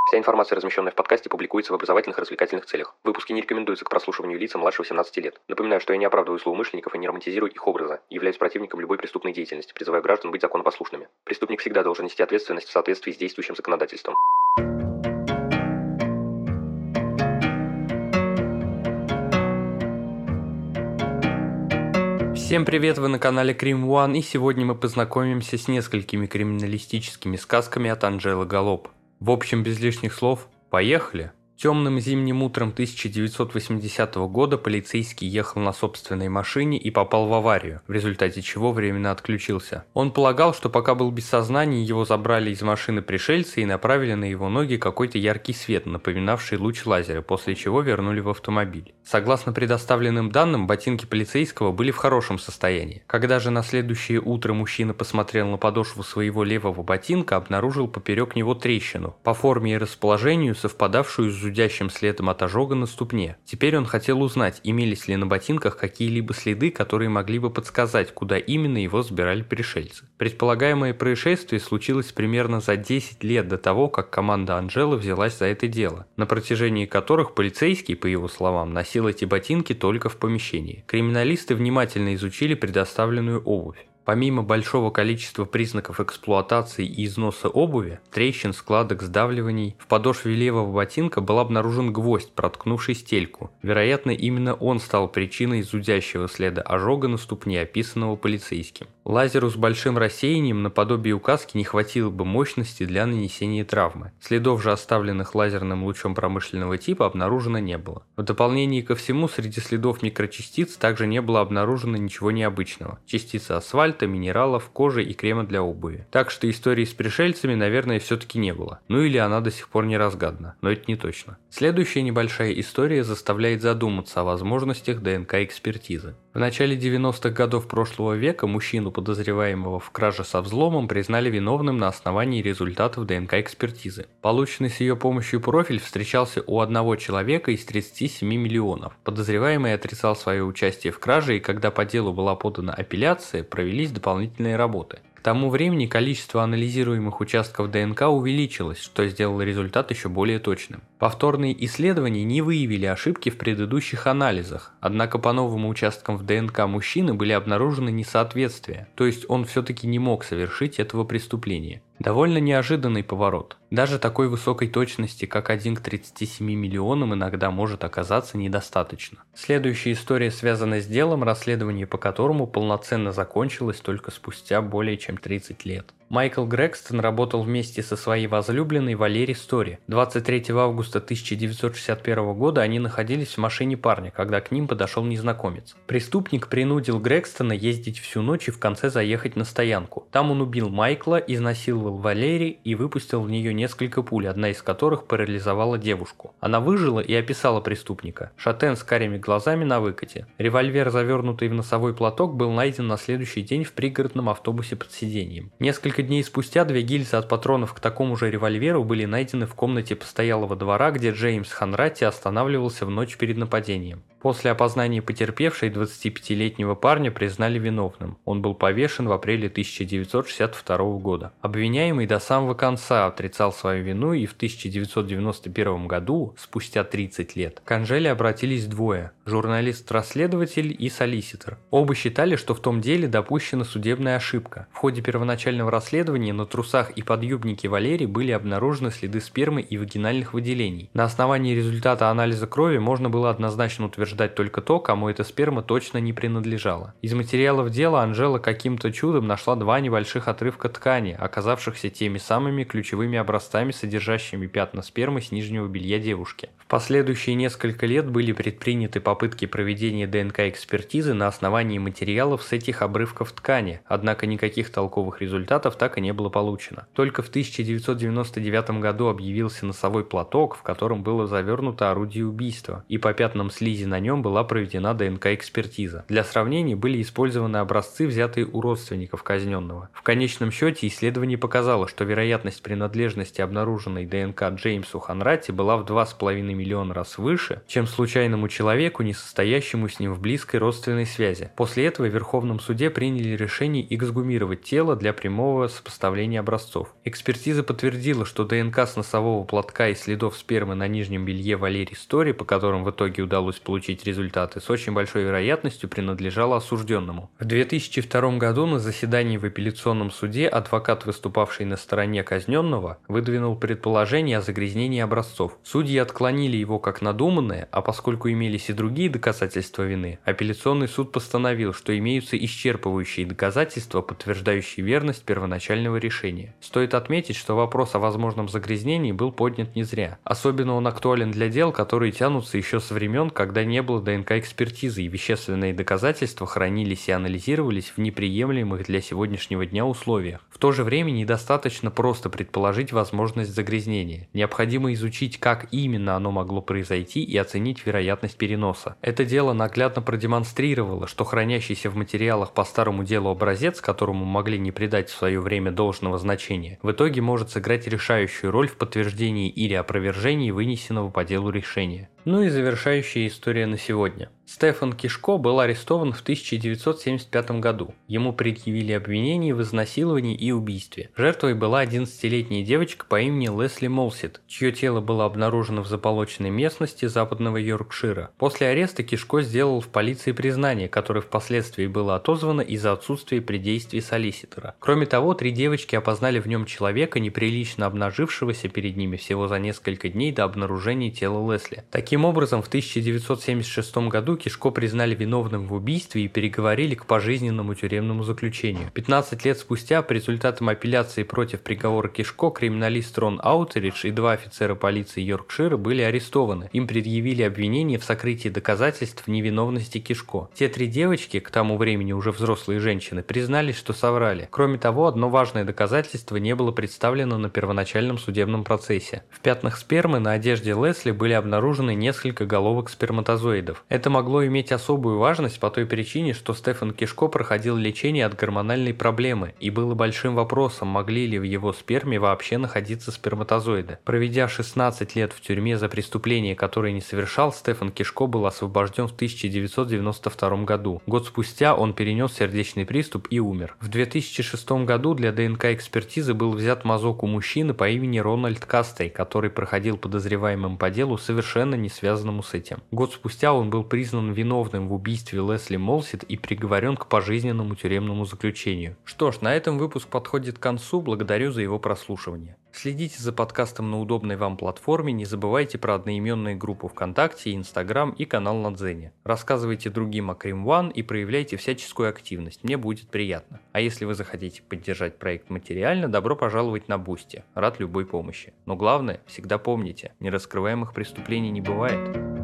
Вся информация, размещенная в подкасте, публикуется в образовательных и развлекательных целях. Выпуски не рекомендуются к прослушиванию лицам младше 18 лет. Напоминаю, что я не оправдываю злоумышленников и не романтизирую их образа, являюсь противником любой преступной деятельности, призываю граждан быть законопослушными. Преступник всегда должен нести ответственность в соответствии с действующим законодательством. Всем привет, вы на канале Крим One, и сегодня мы познакомимся с несколькими криминалистическими сказками от Анджелы Галоп. В общем, без лишних слов, поехали! Темным зимним утром 1980 года полицейский ехал на собственной машине и попал в аварию, в результате чего временно отключился. Он полагал, что пока был без сознания, его забрали из машины пришельцы и направили на его ноги какой-то яркий свет, напоминавший луч лазера, после чего вернули в автомобиль. Согласно предоставленным данным, ботинки полицейского были в хорошем состоянии. Когда же на следующее утро мужчина посмотрел на подошву своего левого ботинка, обнаружил поперек него трещину, по форме и расположению совпадавшую с зудящим следом от ожога на ступне. Теперь он хотел узнать, имелись ли на ботинках какие-либо следы, которые могли бы подсказать, куда именно его сбирали пришельцы. Предполагаемое происшествие случилось примерно за 10 лет до того, как команда Анджелы взялась за это дело, на протяжении которых полицейский, по его словам, носил эти ботинки только в помещении. Криминалисты внимательно изучили предоставленную обувь. Помимо большого количества признаков эксплуатации и износа обуви, трещин, складок, сдавливаний, в подошве левого ботинка был обнаружен гвоздь, проткнувший стельку. Вероятно, именно он стал причиной зудящего следа ожога на ступне, описанного полицейским. Лазеру с большим рассеянием наподобие указки не хватило бы мощности для нанесения травмы. Следов же, оставленных лазерным лучом промышленного типа, обнаружено не было. В дополнение ко всему, среди следов микрочастиц также не было обнаружено ничего необычного. Частицы асфальта, минералов, кожи и крема для обуви. Так что истории с пришельцами, наверное, все-таки не было. Ну или она до сих пор не разгадана, но это не точно. Следующая небольшая история заставляет задуматься о возможностях ДНК-экспертизы. В начале 90-х годов прошлого века мужчину, подозреваемого в краже со взломом, признали виновным на основании результатов ДНК-экспертизы. Полученный с ее помощью профиль встречался у одного человека из 37 миллионов. Подозреваемый отрицал свое участие в краже, и когда по делу была подана апелляция, провелись дополнительные работы. К тому времени количество анализируемых участков ДНК увеличилось, что сделало результат еще более точным. Повторные исследования не выявили ошибки в предыдущих анализах, однако по новым участкам в ДНК мужчины были обнаружены несоответствия, то есть он все-таки не мог совершить этого преступления. Довольно неожиданный поворот. Даже такой высокой точности, как 1 к 37 миллионам, иногда может оказаться недостаточно. Следующая история связана с делом, расследование по которому полноценно закончилось только спустя более чем 30 лет. Майкл Грегстон работал вместе со своей возлюбленной Валери Стори. 23 августа 1961 года они находились в машине парня, когда к ним подошел незнакомец. Преступник принудил Грегстона ездить всю ночь и в конце заехать на стоянку. Там он убил Майкла, изнасиловал Валери и выпустил в нее несколько пуль, одна из которых парализовала девушку. Она выжила и описала преступника. Шатен с карими глазами на выкате. Револьвер, завернутый в носовой платок, был найден на следующий день в пригородном автобусе под сиденьем. Несколько дней спустя 2 гильзы от патронов к такому же револьверу были найдены в комнате постоялого двора, где Джеймс Ханратти останавливался в ночь перед нападением. После опознания потерпевшей 25-летнего парня признали виновным. Он был повешен в апреле 1962 года. Обвиняемый до самого конца отрицал свою вину, и в 1991 году, спустя 30 лет, к Анджеле обратились двое – журналист-расследователь и солиситор. Оба считали, что в том деле допущена судебная ошибка. В ходе первоначального расследования на трусах и подъюбнике Валерии были обнаружены следы спермы и вагинальных выделений. На основании результата анализа крови можно было однозначно утверждать только то, кому эта сперма точно не принадлежала. Из материалов дела Анджела каким-то чудом нашла 2 небольших отрывка ткани, оказавшихся теми самыми ключевыми образцами, содержащими пятна спермы с нижнего белья девушки. В последующие несколько лет были предприняты попытки проведения ДНК-экспертизы на основании материалов с этих обрывков ткани, однако никаких толковых результатов так и не было получено. Только в 1999 году объявился носовой платок, в котором было завернуто орудие убийства, и по пятнам слизи на на нем была проведена ДНК-экспертиза. Для сравнения были использованы образцы, взятые у родственников казненного. В конечном счете исследование показало, что вероятность принадлежности обнаруженной ДНК Джеймсу Хонратти была в 2,5 миллиона раз выше, чем случайному человеку, не состоящему с ним в близкой родственной связи. После этого в Верховном суде приняли решение эксгумировать тело для прямого сопоставления образцов. Экспертиза подтвердила, что ДНК с носового платка и следов спермы на нижнем белье Валерии Стори, по которым в итоге удалось получить результаты, с очень большой вероятностью принадлежала осужденному. В 2002 году на заседании в апелляционном суде адвокат, выступавший на стороне казненного, выдвинул предположение о загрязнении образцов. Судьи отклонили его как надуманное, а поскольку имелись и другие доказательства вины, апелляционный суд постановил, что имеются исчерпывающие доказательства, подтверждающие верность первоначального решения. Стоит отметить, что вопрос о возможном загрязнении был поднят не зря. Особенно он актуален для дел, которые тянутся еще со времен, когда не было ДНК-экспертизы и вещественные доказательства хранились и анализировались в неприемлемых для сегодняшнего дня условиях. В то же время недостаточно просто предположить возможность загрязнения. Необходимо изучить, как именно оно могло произойти, и оценить вероятность переноса. Это дело наглядно продемонстрировало, что хранящийся в материалах по старому делу образец, которому могли не придать в свое время должного значения, в итоге может сыграть решающую роль в подтверждении или опровержении вынесенного по делу решения. Ну и завершающая история на сегодня. Стефан Кишко был арестован в 1975 году. Ему предъявили обвинения в изнасиловании и убийстве. Жертвой была 11-летняя девочка по имени Лесли Молсит, чье тело было обнаружено в заполоченной местности западного Йоркшира. После ареста Кишко сделал в полиции признание, которое впоследствии было отозвано из-за отсутствия при действии солиситора. Кроме того, 3 девочки опознали в нем человека, неприлично обнажившегося перед ними всего за несколько дней до обнаружения тела Лесли. Таким образом, в 1976 году Кишко признали виновным в убийстве и переговорили к пожизненному тюремному заключению. 15 лет спустя, по результатам апелляции против приговора Кишко, криминалист Рон Аутеридж и 2 офицера полиции Йоркшира были арестованы. Им предъявили обвинение в сокрытии доказательств невиновности Кишко. Те 3 девочки, к тому времени уже взрослые женщины, признались, что соврали. Кроме того, одно важное доказательство не было представлено на первоначальном судебном процессе. В пятнах спермы на одежде Лесли были обнаружены несколько головок сперматозоидов. Это могло иметь особую важность по той причине, что Стефан Кишко проходил лечение от гормональной проблемы, и было большим вопросом, могли ли в его сперме вообще находиться сперматозоиды. Проведя 16 лет в тюрьме за преступление, которое не совершал, Стефан Кишко был освобожден в 1992 году. Год спустя он перенес сердечный приступ и умер. В 2006 году для ДНК-экспертизы был взят мазок у мужчины по имени Рональд Кастей, который проходил подозреваемым по делу, совершенно не связанному с этим. Год спустя он был признан виновным в убийстве Лесли Молсит и приговорен к пожизненному тюремному заключению. Что ж, на этом выпуск подходит к концу, благодарю за его прослушивание. Следите за подкастом на удобной вам платформе, не забывайте про одноименные группы ВКонтакте, Инстаграм и канал на Дзене. Рассказывайте другим о Крим One и проявляйте всяческую активность, мне будет приятно. А если вы захотите поддержать проект материально, добро пожаловать на Бусти, рад любой помощи. Но главное, всегда помните, нераскрываемых преступлений не бывает.